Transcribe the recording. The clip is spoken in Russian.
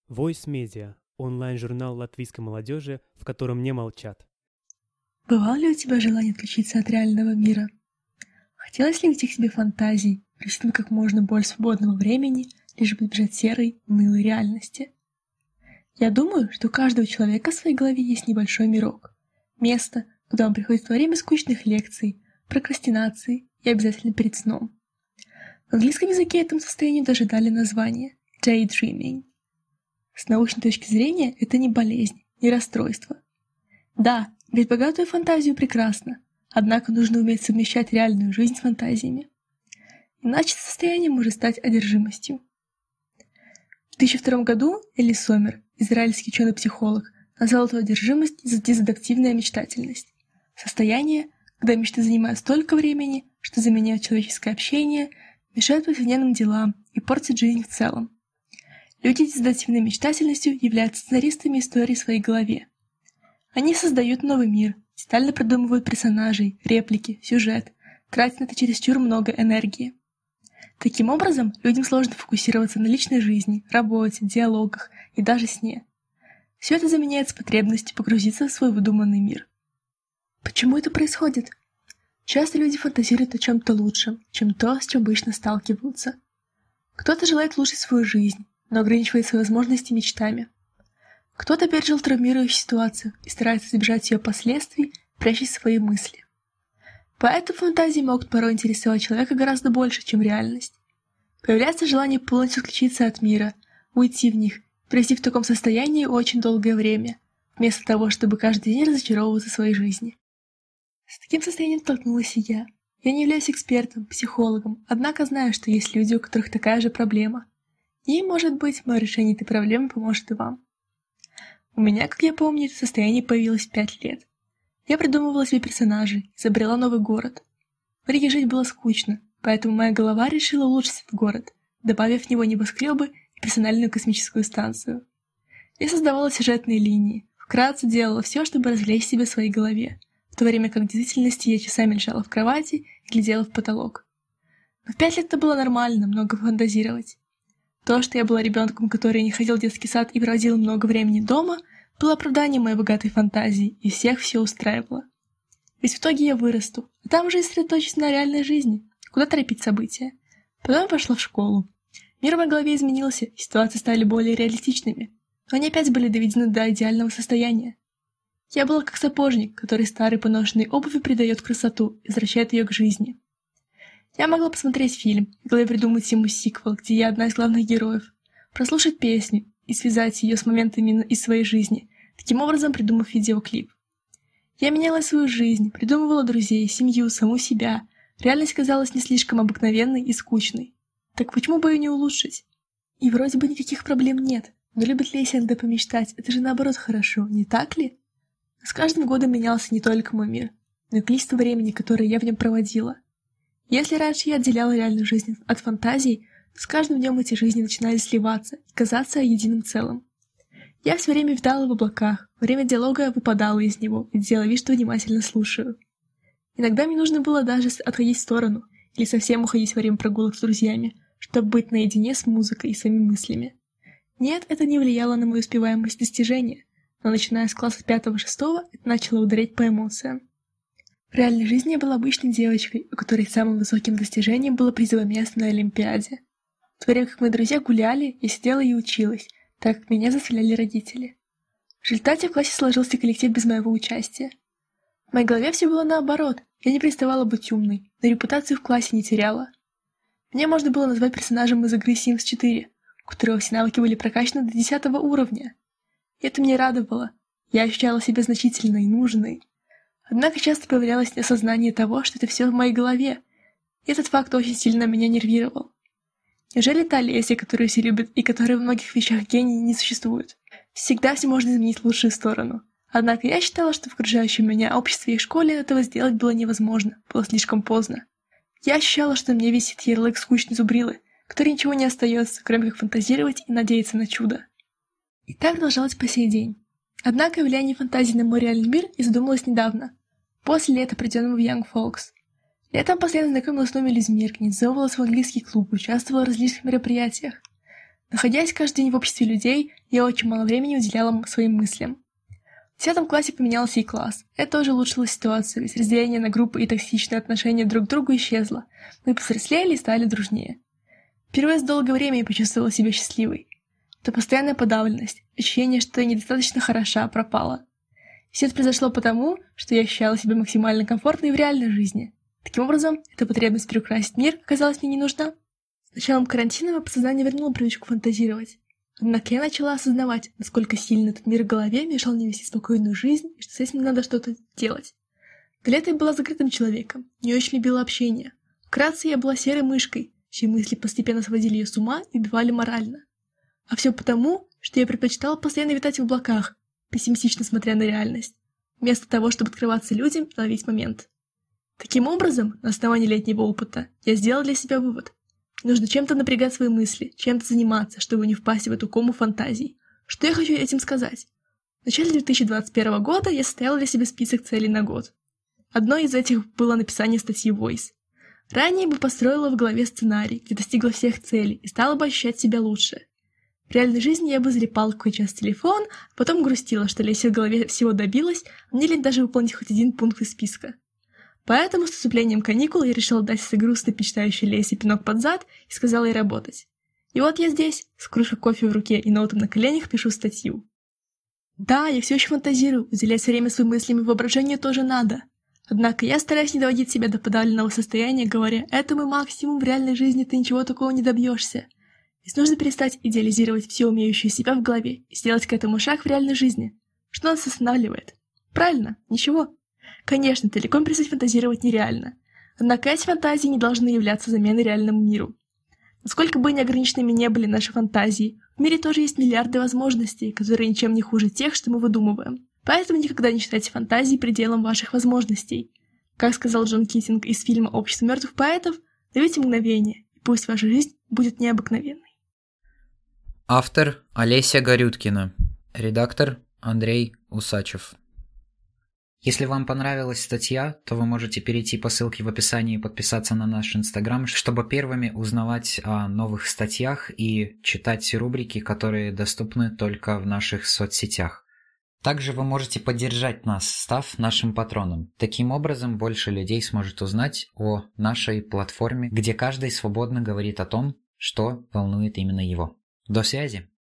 Voice Media – онлайн-журнал латвийской молодежи, в котором не молчат. Бывало ли у тебя желание отключиться от реального мира? Хотелось ли уйти к себе фантазий, провести как можно больше свободного времени, лишь бы избежать серой, унылой реальности? Я думаю, что у каждого человека в своей голове есть небольшой мирок. Место, куда он приходит во время скучных лекций, прокрастинации и обязательно перед сном. В английском языке этому состоянию даже дали название – daydreaming. С научной точки зрения это не болезнь, не расстройство. Да, ведь богатую фантазию прекрасно, однако нужно уметь совмещать реальную жизнь с фантазиями. Иначе состояние может стать одержимостью. В 2002 году Элли Сомер, израильский ученый-психолог, назвал эту одержимость дезадаптивная мечтательность. Состояние, когда мечты занимают столько времени, что заменяют человеческое общение, мешают повседневным делам и портят жизнь в целом. Люди с дезадаптивной мечтательностью являются сценаристами истории в своей голове. Они создают новый мир, детально продумывают персонажей, реплики, сюжет, тратят на это чересчур много энергии. Таким образом, людям сложно фокусироваться на личной жизни, работе, диалогах и даже сне. Все это заменяется потребностью погрузиться в свой выдуманный мир. Почему это происходит? Часто люди фантазируют о чем-то лучшем, чем то, с чем обычно сталкиваются. Кто-то желает улучшить свою жизнь, но ограничивает свои возможности мечтами. Кто-то пережил травмирующую ситуацию и старается избежать ее последствий, прячась свои мысли. Поэтому фантазии могут порой интересовать человека гораздо больше, чем реальность. Появляется желание полностью отключиться от мира, уйти в них, провести в таком состоянии очень долгое время, вместо того, чтобы каждый день разочаровываться в своей жизни. С таким состоянием столкнулась и я. Я не являюсь экспертом, психологом, однако знаю, что есть люди, у которых такая же проблема. И, может быть, мое решение этой проблемы поможет и вам. У меня, как я помню, это состояние появилось в 5 лет. Я придумывала себе персонажей, изобрела новый город. В Риге жить было скучно, поэтому моя голова решила улучшить этот город, добавив в него небоскребы и персональную космическую станцию. Я создавала сюжетные линии, вкратце делала все, чтобы развлечь себя в своей голове, в то время как в действительности я часами лежала в кровати и глядела в потолок. Но в 5 лет это было нормально, много фантазировать. То, что я была ребенком, который не ходил в детский сад и проводил много времени дома, было оправданием моей богатой фантазии, и всех все устраивало. Ведь в итоге я вырасту, а там уже сосредоточусь на реальной жизни. Куда торопить события? Потом я пошла в школу. Мир в моей голове изменился, ситуации стали более реалистичными, но они опять были доведены до идеального состояния. Я была как сапожник, который старой поношенной обуви придает красоту и возвращает ее к жизни. Я могла посмотреть фильм, в голове придумать ему сиквел, где я одна из главных героев, прослушать песню и связать ее с моментами из своей жизни, таким образом придумав видеоклип. Я меняла свою жизнь, придумывала друзей, семью, саму себя. Реальность казалась не слишком обыкновенной и скучной. Так почему бы ее не улучшить? И вроде бы никаких проблем нет, но любит ли я иногда помечтать? Это же наоборот хорошо, не так ли? С каждым годом менялся не только мой мир, но и количество времени, которое я в нем проводила. Если раньше я отделяла реальную жизнь от фантазий, то с каждым днем эти жизни начинали сливаться и казаться единым целым. Я все время витала в облаках, во время диалога выпадала из него и делала вид, что внимательно слушаю. Иногда мне нужно было даже отходить в сторону или совсем уходить во время прогулок с друзьями, чтобы быть наедине с музыкой и своими мыслями. Нет, это не влияло на мою успеваемость достижения, но начиная с класса 5-6 это начало ударять по эмоциям. В реальной жизни я была обычной девочкой, у которой самым высоким достижением было призовое место на Олимпиаде. В то время как мои друзья гуляли, я сидела и училась, так как меня заставляли родители. В результате в классе сложился коллектив без моего участия. В моей голове все было наоборот, я не переставала быть умной, но репутацию в классе не теряла. Меня можно было назвать персонажем из игры Sims 4, у которого все навыки были прокачаны до 10 уровня. И это меня радовало, я ощущала себя значительной и нужной. Однако часто появлялось осознание того, что это все в моей голове, и этот факт очень сильно меня нервировал. Неужели та Леся, которую все любят и которая в многих вещах гений, не существует? Всегда все можно изменить в лучшую сторону. Однако я считала, что в окружающем меня обществе и школе этого сделать было невозможно, было слишком поздно. Я ощущала, что мне висит ярлык скучной зубрилы, которой ничего не остается, кроме как фантазировать и надеяться на чудо. И так продолжалось по сей день. Однако влияние фантазии на мой реальный мир я задумалась недавно, после лета, проведенного в Young Folks. Летом постоянно знакомилась с новыми людьми, организовывалась в английский клуб, участвовала в различных мероприятиях. Находясь каждый день в обществе людей, я очень мало времени уделяла своим мыслям. В 10 классе поменялся и класс. Это тоже улучшило ситуацию, ведь разделение на группы и токсичное отношение друг к другу исчезло. Мы повзрослели и стали дружнее. Впервые за долгое время я почувствовала себя счастливой. Это постоянная подавленность, ощущение, что я недостаточно хороша, пропала. Все это произошло потому, что я ощущала себя максимально комфортно и в реальной жизни. Таким образом, эта потребность переукрасить мир оказалась мне не нужна. С началом карантина мое подсознание вернуло привычку фантазировать. Однако я начала осознавать, насколько сильно этот мир в голове мешал мне вести спокойную жизнь, и что с этим надо что-то делать. До лета я была закрытым человеком, не очень любила общение. Вкратце, я была серой мышкой, чьи мысли постепенно сводили ее с ума и убивали морально. А все потому, что я предпочитала постоянно витать в облаках, пессимистично смотря на реальность, вместо того, чтобы открываться людям и ловить момент. Таким образом, на основании летнего опыта, я сделала для себя вывод. Нужно чем-то напрягать свои мысли, чем-то заниматься, чтобы не впасть в эту кому фантазий. Что я хочу этим сказать? В начале 2021 года я составила для себя список целей на год. Одной из этих было написание статьи Voice. Ранее бы построила в голове сценарий, где достигла всех целей и стала бы ощущать себя лучше. В реальной жизни я бы залипала какой час в телефон, а потом грустила, что Леся в голове всего добилась, а мне лень даже выполнить хоть один пункт из списка. Поэтому с наступлением каникул я решила дать этой грустно мечтающей Лесе пинок под зад и сказала ей работать. И вот я здесь, с кружкой кофе в руке и ноутом на коленях, пишу статью. Да, я все еще фантазирую, уделять время своим мыслям и воображению тоже надо. Однако я стараюсь не доводить себя до подавленного состояния, говоря, это мой максимум, в реальной жизни ты ничего такого не добьешься. Ведь нужно перестать идеализировать все умеющее себя в голове и сделать к этому шаг в реальной жизни. Что нас останавливает? Правильно, ничего. Конечно, далеко перестать фантазировать нереально. Однако эти фантазии не должны являться заменой реальному миру. Насколько бы неограниченными не были наши фантазии, в мире тоже есть миллиарды возможностей, которые ничем не хуже тех, что мы выдумываем. Поэтому никогда не считайте фантазии пределом ваших возможностей. Как сказал Джон Китинг из фильма «Общество мертвых поэтов», ловите мгновение, и пусть ваша жизнь будет необыкновенной. Автор Олеся Горюткина. Редактор Андрей Усачев. Если вам понравилась статья, то вы можете перейти по ссылке в описании и подписаться на наш Инстаграм, чтобы первыми узнавать о новых статьях и читать рубрики, которые доступны только в наших соцсетях. Также вы можете поддержать нас, став нашим патроном. Таким образом, больше людей сможет узнать о нашей платформе, где каждый свободно говорит о том, что волнует именно его. До связи!